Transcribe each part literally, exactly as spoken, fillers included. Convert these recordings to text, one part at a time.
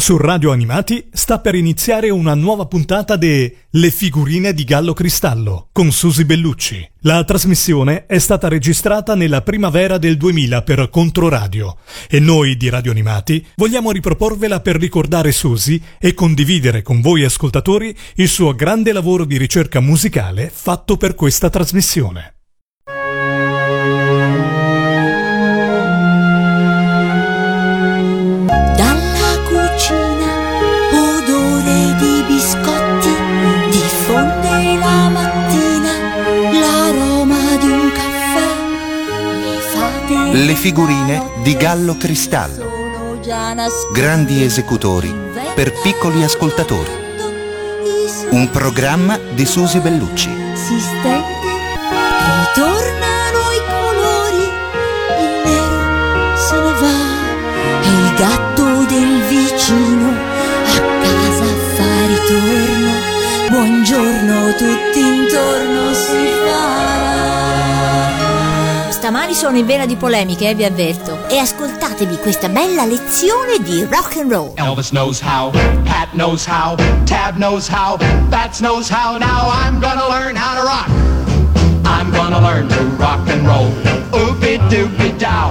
Su Radio Animati sta per iniziare una nuova puntata de Le figurine di Gallo Cristallo con Susi Bellucci. La trasmissione è stata registrata nella primavera del duemila per Controradio e noi di Radio Animati vogliamo riproporvela per ricordare Susi e condividere con voi ascoltatori il suo grande lavoro di ricerca musicale fatto per questa trasmissione. Le figurine di Gallo Cristallo. Grandi esecutori per piccoli ascoltatori. Un programma di Susi Bellucci. Si stende, ritornano i colori, il nero se ne va e il gatto del vicino a casa fa ritorno. Buongiorno, tutti intorno si fa. Stamani sono in vena di polemiche, eh, vi avverto. E ascoltatevi questa bella lezione di rock and roll. Elvis knows how, Pat knows how, Tab knows how, Bats knows how. Now I'm gonna learn how to rock. I'm gonna learn to rock and roll. Oopie doopie dow.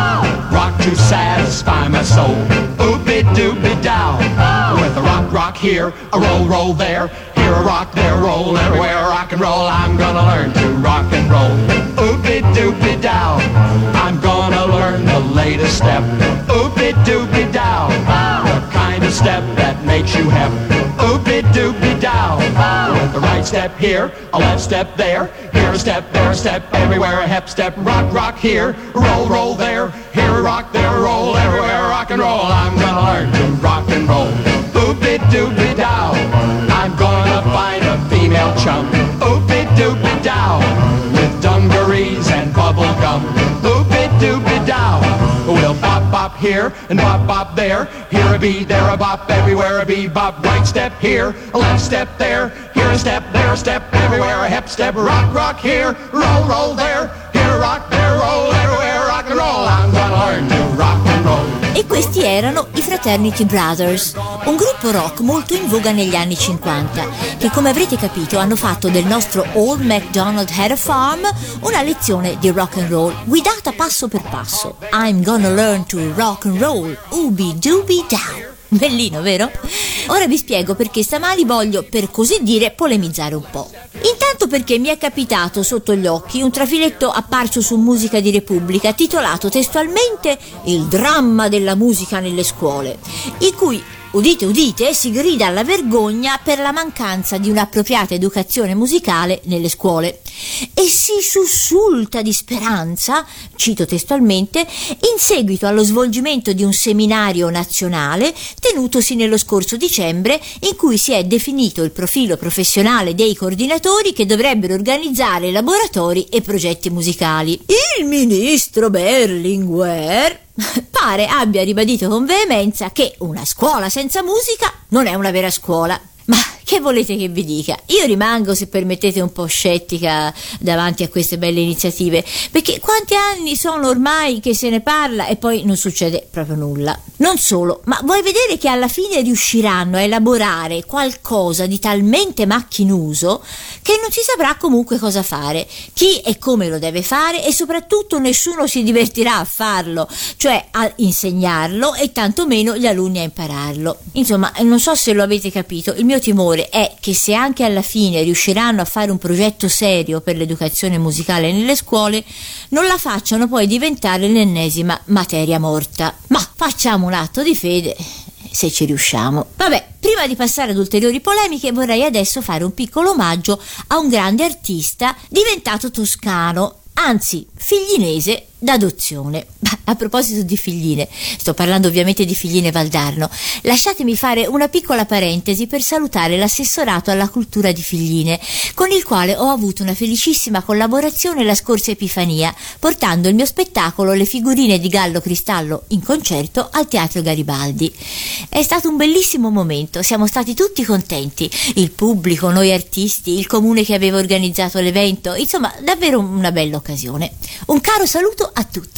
Rock to satisfy my soul. Oopie doopie dow. With a rock rock here, a roll roll there. Here a rock, there a roll, everywhere rock and roll. I'm gonna learn to rock and roll. Oopie doopie dow. I'm gonna learn the latest step. Oopie doopie dow. The kind of step that makes you hep. Oopie doopie dow. With the right step here, a left step there. Here a step, there a step, everywhere a hep step. Rock, rock here, roll, roll there. Here a rock, there a roll, everywhere rock and roll. I'm gonna learn to rock and roll. Oopie doopie dow. I'm gonna find a female chum. Oopie doopie dow. With dungarees and bubble gum. Oopie doopie dow. We'll bop bop here and bop bop there. Here a bee, there a bop, everywhere a bee bop. Right step here, a left step there. Here a step, there a step, everywhere a hep step. Rock, rock here, roll, roll there. Here a rock, there a roll, everywhere rock and roll. I'm gonna learn to rock and roll. E questi erano i Fraternity Brothers, un gruppo rock molto in voga negli anni cinquanta, che come avrete capito hanno fatto del nostro Old MacDonald Had a Farm una lezione di rock and roll guidata passo per passo. I'm gonna learn to rock and roll, ooby dooby dow. Bellino, vero? Ora vi spiego perché stamani voglio, per così dire, polemizzare un po'. Intanto perché mi è capitato sotto gli occhi un trafiletto apparso su Musica di Repubblica titolato testualmente Il dramma della musica nelle scuole, in cui, udite udite, si grida alla vergogna per la mancanza di un'appropriata educazione musicale nelle scuole e si sussulta di speranza, cito testualmente, in seguito allo svolgimento di un seminario nazionale tenutosi nello scorso dicembre, in cui si è definito il profilo professionale dei coordinatori che dovrebbero organizzare laboratori e progetti musicali. Il ministro Berlinguer pare abbia ribadito con veemenza che una scuola senza musica non è una vera scuola. Ma che volete che vi dica? Io rimango, se permettete, un po' scettica davanti a queste belle iniziative, perché quanti anni sono ormai che se ne parla e poi non succede proprio nulla. Non solo, ma vuoi vedere che alla fine riusciranno a elaborare qualcosa di talmente macchinoso che non si saprà comunque cosa fare, chi e come lo deve fare, e soprattutto nessuno si divertirà a farlo, cioè a insegnarlo, e tantomeno gli alunni a impararlo. Insomma, non so se lo avete capito, il mio timore è che se anche alla fine riusciranno a fare un progetto serio per l'educazione musicale nelle scuole, non la facciano poi diventare l'ennesima materia morta. Ma facciamo un atto di fede, se ci riusciamo. Vabbè, prima di passare ad ulteriori polemiche, vorrei adesso fare un piccolo omaggio a un grande artista diventato toscano, anzi figlinese d'adozione. A proposito di figline, sto parlando ovviamente di Figline Valdarno, lasciatemi fare una piccola parentesi per salutare l'assessorato alla cultura di Figline, con il quale ho avuto una felicissima collaborazione la scorsa Epifania, portando il mio spettacolo Le figurine di Gallo Cristallo in concerto al Teatro Garibaldi. È stato un bellissimo momento, siamo stati tutti contenti, il pubblico, noi artisti, il comune che aveva organizzato l'evento, insomma davvero una bella occasione. Un caro saluto a tutti.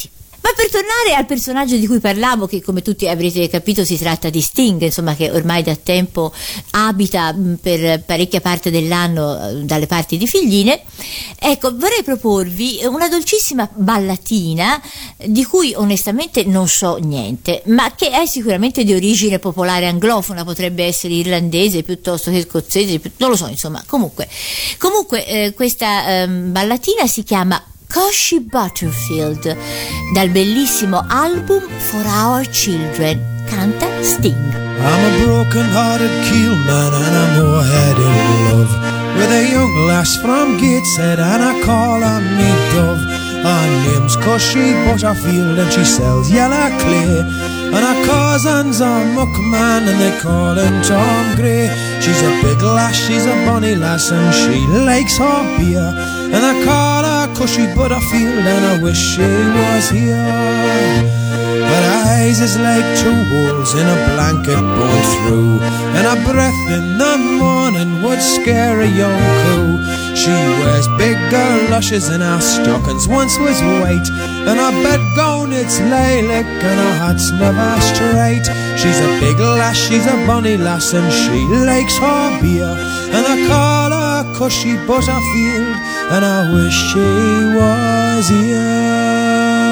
Ma per tornare al personaggio di cui parlavo, che come tutti avrete capito si tratta di Sting, insomma, che ormai da tempo abita per parecchia parte dell'anno dalle parti di Figline, ecco, vorrei proporvi una dolcissima ballatina di cui onestamente non so niente, ma che è sicuramente di origine popolare anglofona, potrebbe essere irlandese piuttosto che scozzese, non lo so, insomma, comunque comunque eh, questa eh, ballatina si chiama Cushy Butterfield, dal bellissimo album For Our Children. Canta Sting. I'm a broken-hearted keelman and I'm moorhead in love with a young lass from Gateshead, and I call her me dove. Her name's Cushy Butterfield and she sells yellow clay, and her cousin's a muckman and they call him Tom Gray. She's a big lass, she's a bonny lass, and she likes her beer, and I call her Cushy Butterfield and I wish she was here. Her eyes is like two holes in a blanket bone through, and her breath in the morning would scare a young coo. She wears big galoshes and her stockings once was white, and her bed gown it's lilac and her hat's never straight. She's a big lass, she's a bonny lass, and she likes her beer, and I call her Cushy Butterfield and I wish she was here.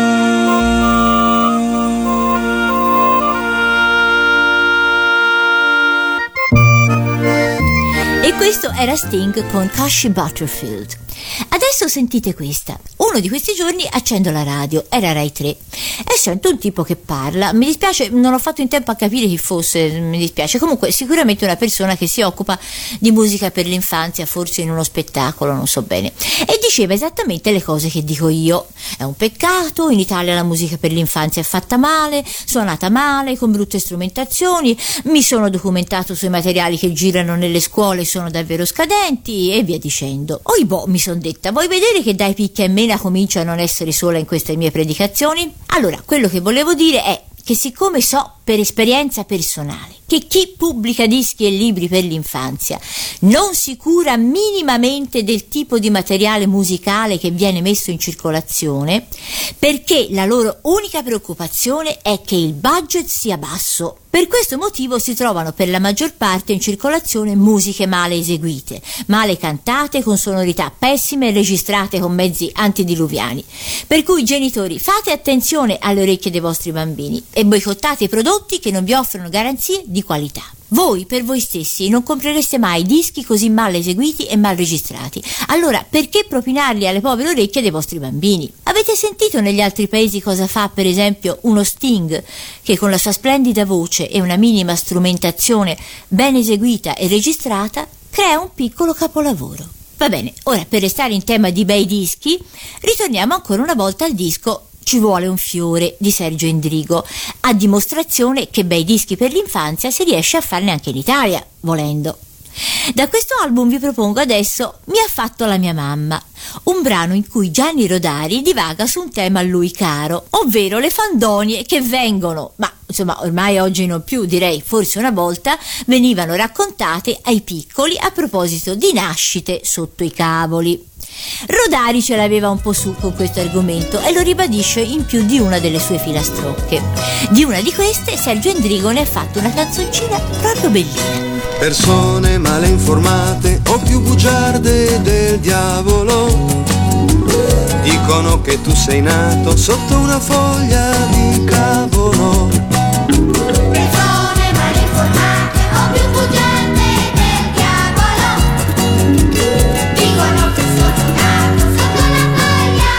E questo era Sting con Cushy Butterfield. Adesso sentite questa. Uno di questi giorni accendo la radio, era Rai tre, e sento un tipo che parla. Mi dispiace, non ho fatto in tempo a capire chi fosse, mi dispiace. Comunque sicuramente una persona che si occupa di musica per l'infanzia, forse in uno spettacolo, non so bene. E diceva esattamente le cose che dico io. È un peccato, in Italia la musica per l'infanzia è fatta male, suonata male, con brutte strumentazioni, mi sono documentato sui materiali che girano nelle scuole, sono davvero scadenti, e via dicendo. Oibò, mi sono detta, vuoi vedere che dai picchia e mena comincio a non essere sola in queste mie predicazioni? Allora, quello che volevo dire è che siccome so per esperienza personale che chi pubblica dischi e libri per l'infanzia non si cura minimamente del tipo di materiale musicale che viene messo in circolazione, perché la loro unica preoccupazione è che il budget sia basso. Per questo motivo si trovano per la maggior parte in circolazione musiche male eseguite, male cantate, con sonorità pessime e registrate con mezzi antidiluviani. Per cui, genitori, fate attenzione alle orecchie dei vostri bambini e boicottate i prodotti che non vi offrono garanzie di qualità. Voi per voi stessi non comprereste mai dischi così mal eseguiti e mal registrati. Allora perché propinarli alle povere orecchie dei vostri bambini? Avete sentito negli altri paesi cosa fa per esempio uno Sting, che con la sua splendida voce e una minima strumentazione ben eseguita e registrata crea un piccolo capolavoro? Va bene, ora per restare in tema di bei dischi, ritorniamo ancora una volta al disco Ci vuole un fiore di Sergio Endrigo, a dimostrazione che bei dischi per l'infanzia si riesce a farne anche in Italia, volendo. Da questo album vi propongo adesso Mi ha fatto la mia mamma, un brano in cui Gianni Rodari divaga su un tema a lui caro, ovvero le fandonie che vengono, ma insomma ormai oggi non più, direi forse una volta, venivano raccontate ai piccoli a proposito di nascite sotto i cavoli. Rodari ce l'aveva un po' su con questo argomento e lo ribadisce in più di una delle sue filastrocche. Di una di queste Sergio Endrigo ne ha fatto una canzoncina proprio bellina. Persone male informate o più bugiarde del diavolo dicono che tu sei nato sotto una foglia di cavolo. Persone male informate o più bugiarde del diavolo dicono che sono nato sotto una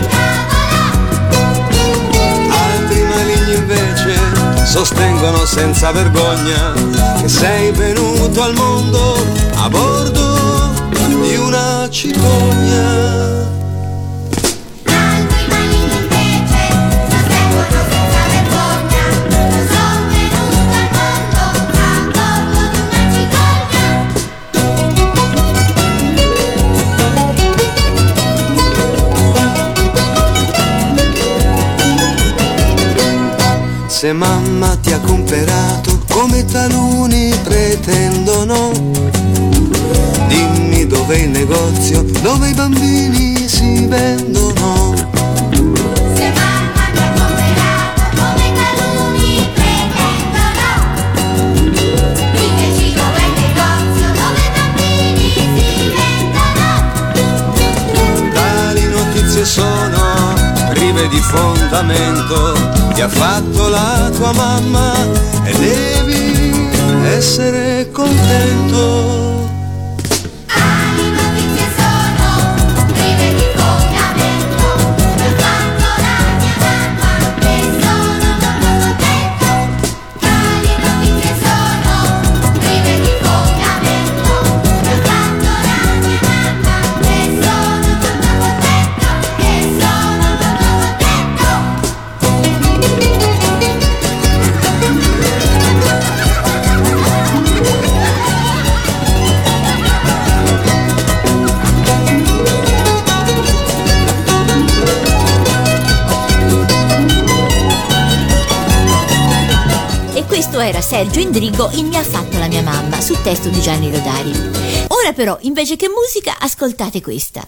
foglia di cavolo. Altri maligni invece sostengono senza vergogna che sei venuto al mondo a bordo di una cicogna. Altri maligni invece sostengono senza vergogna che sono venuto al mondo a bordo di una cicogna. Se mamma ti ha comperato come taluni pretendono, dimmi dov'è il negozio dove i bambini si vendono. Se mamma ti ha prive di fondamento, ti ha fatto la tua mamma e devi essere contento. Questo era Sergio Endrigo in Mi ha fatto la mia mamma, sul testo di Gianni Rodari. Ora però, invece che musica, ascoltate questa.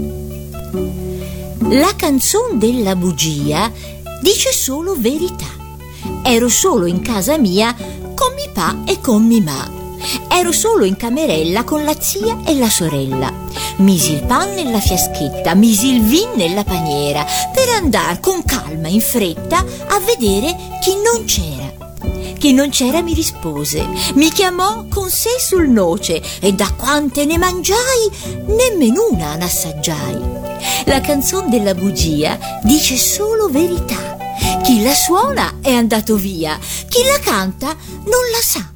La canzone della bugia dice solo verità. Ero solo in casa mia con mi pa e con mi ma. Ero solo in camerella con la zia e la sorella. Misi il pan nella fiaschetta, misi il vin nella paniera, per andare con calma in fretta a vedere chi non c'era. Chi non c'era mi rispose, mi chiamò con sé sul noce e da quante ne mangiai, nemmeno una n'assaggiai. La canzone della bugia dice solo verità. Chi la suona è andato via, chi la canta non la sa.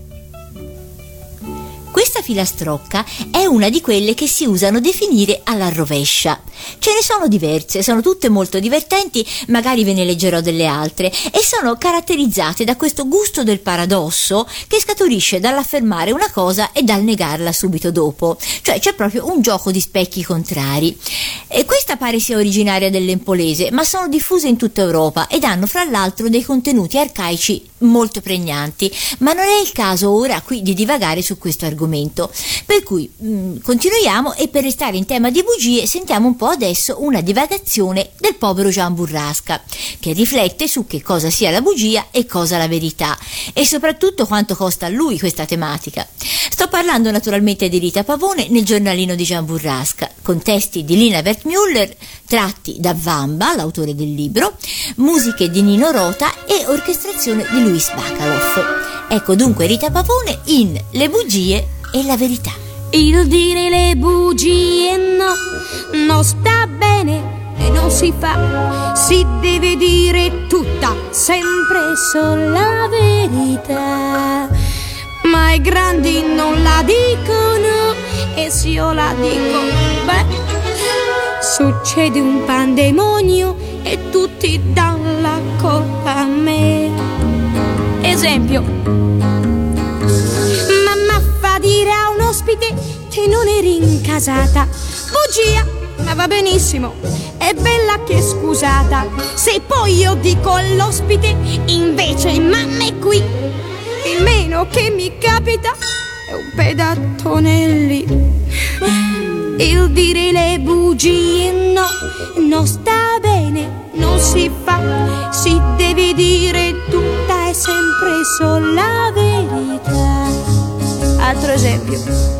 Questa filastrocca è una di quelle che si usano definire alla rovescia. Ce ne sono diverse, sono tutte molto divertenti, magari ve ne leggerò delle altre, e sono caratterizzate da questo gusto del paradosso che scaturisce dall'affermare una cosa e dal negarla subito dopo, cioè c'è proprio un gioco di specchi contrari. E questa pare sia originaria dell'Empolese, ma sono diffuse in tutta Europa ed hanno fra l'altro dei contenuti arcaici molto pregnanti, ma non è il caso ora qui di divagare su questo argomento, per cui mh, continuiamo, e per restare in tema di bugie sentiamo un po' adesso una divagazione del povero Gian Burrasca, che riflette su che cosa sia la bugia e cosa la verità, e soprattutto quanto costa a lui questa tematica. Sto parlando naturalmente di Rita Pavone nel giornalino di Gian Burrasca, con testi di Lina Wertmüller tratti da Vamba, l'autore del libro, musiche di Nino Rota e orchestrazione di Luis Bacalov. Ecco dunque Rita Pavone in Le bugie e la verità. Il dire le bugie no, non sta bene e non si fa, si deve dire tutta, sempre solo la verità. Ma i grandi non la dicono e se io la dico, beh, succede un pandemonio e tutti danno la colpa a me. Esempio, mamma fa dire a un ospite che non eri incasata. Bugia, ma va benissimo, è bella che scusata. Se poi io dico all'ospite invece mamma è qui, il meno che mi capita è un pedattone lì. Il dire le bugie no, non sta bene, non si fa, si deve dire tutta e sempre solo la verità. Altro esempio,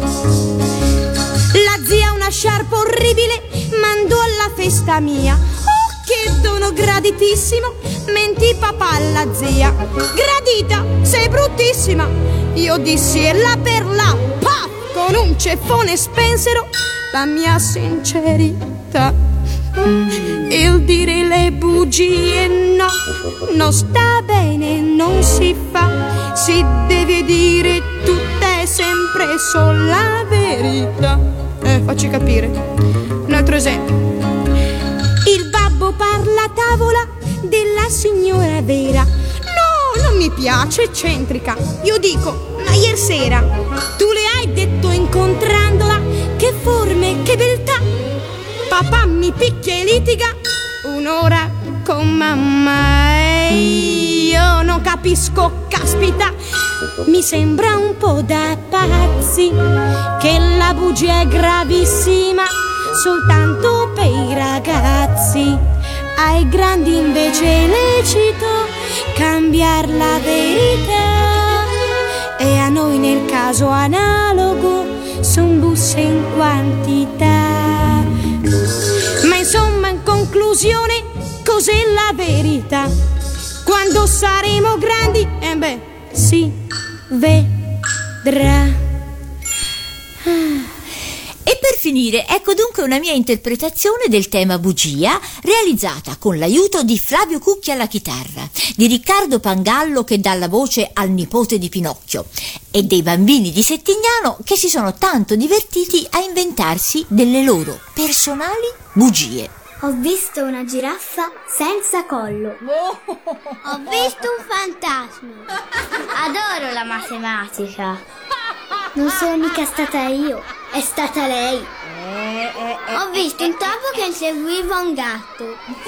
la zia una sciarpa orribile mandò alla festa mia. Oh, che dono graditissimo, mentì papà alla zia. Gradita, sei bruttissima. Io dissi e là per là, paf, con un ceffone spensero la mia sincerità. Il dire le bugie no, non sta bene, non si fa, si deve dire tutta e sempre solo la verità. Eh, facci capire. Un altro esempio. Il babbo parla a tavola della signora vera. No, non mi piace, eccentrica. Io dico, ma ieri sera tu le hai detto incontrandola che forme, che beltà. Papà mi picchia e litiga un'ora con mamma e io non capisco, caspita. Mi sembra un po' da pazzi che la bugia è gravissima soltanto per i ragazzi. Ai grandi invece è lecito cambiar la verità e a noi nel caso analogo son busse in quantità. Ma insomma, in conclusione, con cos'è la verità. Quando saremo grandi, eh beh, si vedrà. E per finire, ecco dunque una mia interpretazione del tema bugia, realizzata con l'aiuto di Flavio Cucchi alla chitarra, di Riccardo Pangallo che dà la voce al nipote di Pinocchio e dei bambini di Settignano che si sono tanto divertiti a inventarsi delle loro personali bugie. Ho visto una giraffa senza collo. Ho visto un fantasma. Adoro la matematica. Non sono mica stata io, è stata lei. Ho visto un topo che inseguiva un gatto.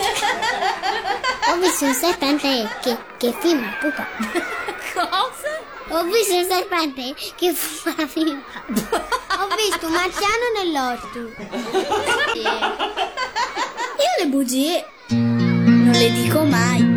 Ho visto un serpente che, che fuma la pupa. Cosa? Ho visto un serpente che fuma la pipa. Ho visto un marziano nell'orto. Io le bugie non le dico mai.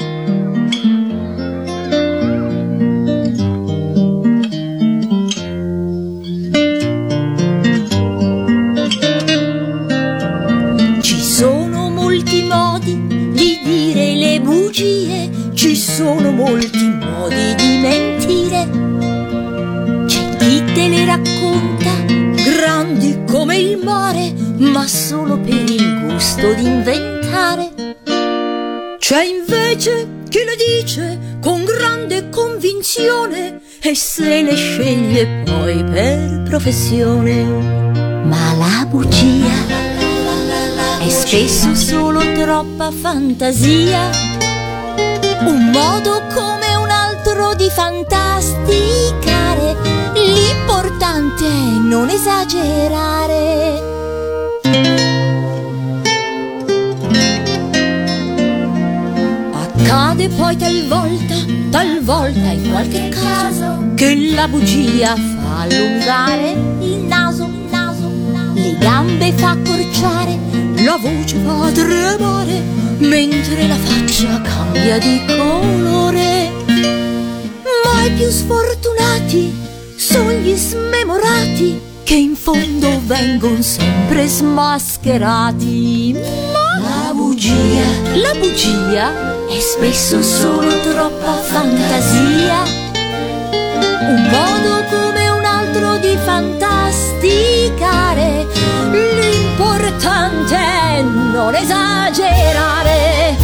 Ci sono molti modi di mentire. C'è chi te le racconta grandi come il mare, ma solo per il gusto di inventare. C'è invece chi le dice con grande convinzione e se le sceglie poi per professione. Ma la bugia è spesso solo troppa fantasia, un modo come un altro di fantasticare. L'importante è non esagerare. Accade poi talvolta, talvolta in qualche caso, che la bugia fa allungare il naso, il naso, le gambe fa accorciare, la voce fa tremare, mentre la faccia cambia di colore. Ma i più sfortunati sono gli smemorati, che in fondo vengono sempre smascherati. Ma la bugia, la bugia è spesso solo troppa fantasia, un modo come un altro di fantasticare. L'importante è non esagerare.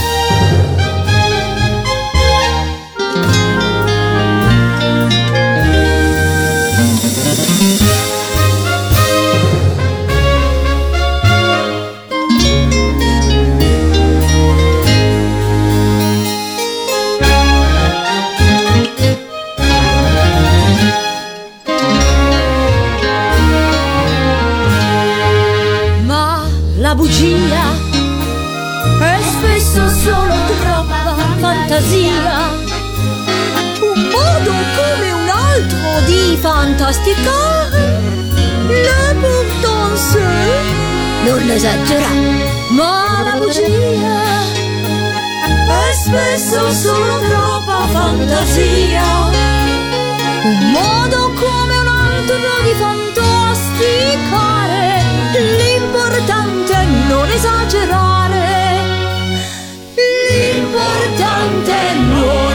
La bugia è spesso solo troppa fantasia, un modo come un altro di fantasticare. L'importance non esagerare. Ma la bugia è spesso solo troppa fantasia, un modo come un altro di fantasticare. L'importante è non esagerare. L'importante è non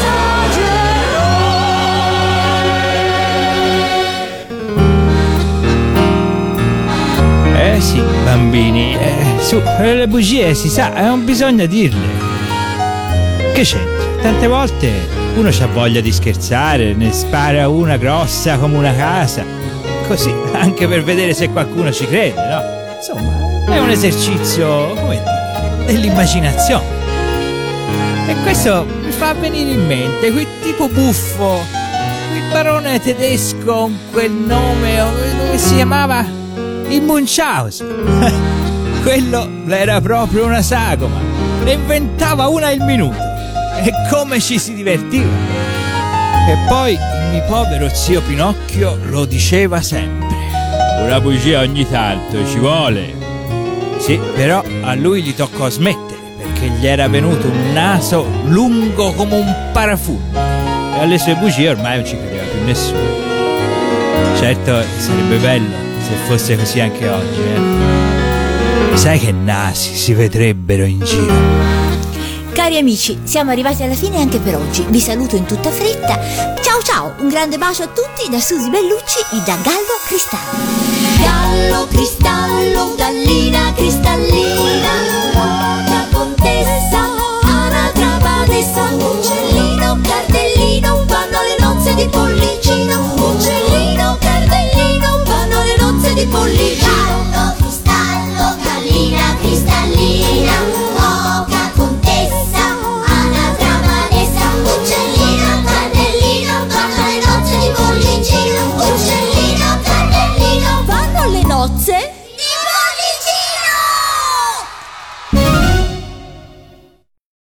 esagerare. Eh sì, bambini, eh, su, le bugie si sa, non bisogna dirle. Che c'entra? Tante volte uno c'ha voglia di scherzare, ne spara una grossa come una casa, così, anche per vedere se qualcuno ci crede, no? Insomma, è un esercizio, come dire, dell'immaginazione. E questo mi fa venire in mente quel tipo buffo, il barone tedesco con quel nome, come si chiamava? Il Munchausen. Quello era proprio una sagoma, ne inventava una al minuto. E come ci si divertiva. E poi il mio povero zio Pinocchio lo diceva sempre: una bugia ogni tanto ci vuole. Sì, però a lui gli toccò smettere, perché gli era venuto un naso lungo come un parafulmine e alle sue bugie ormai non ci credeva più nessuno. Certo sarebbe bello se fosse così anche oggi, eh? sai che nasi si vedrebbero in giro. Cari amici, siamo arrivati alla fine anche per oggi. Vi saluto in tutta fretta. Ciao ciao, un grande bacio a tutti da Susi Bellucci e da Gallo Cristallo. Gallo Cristallo, gallina cristallina, roca contessa, anatra badessa, uccellino, cardellino, vanno le nozze di Porto.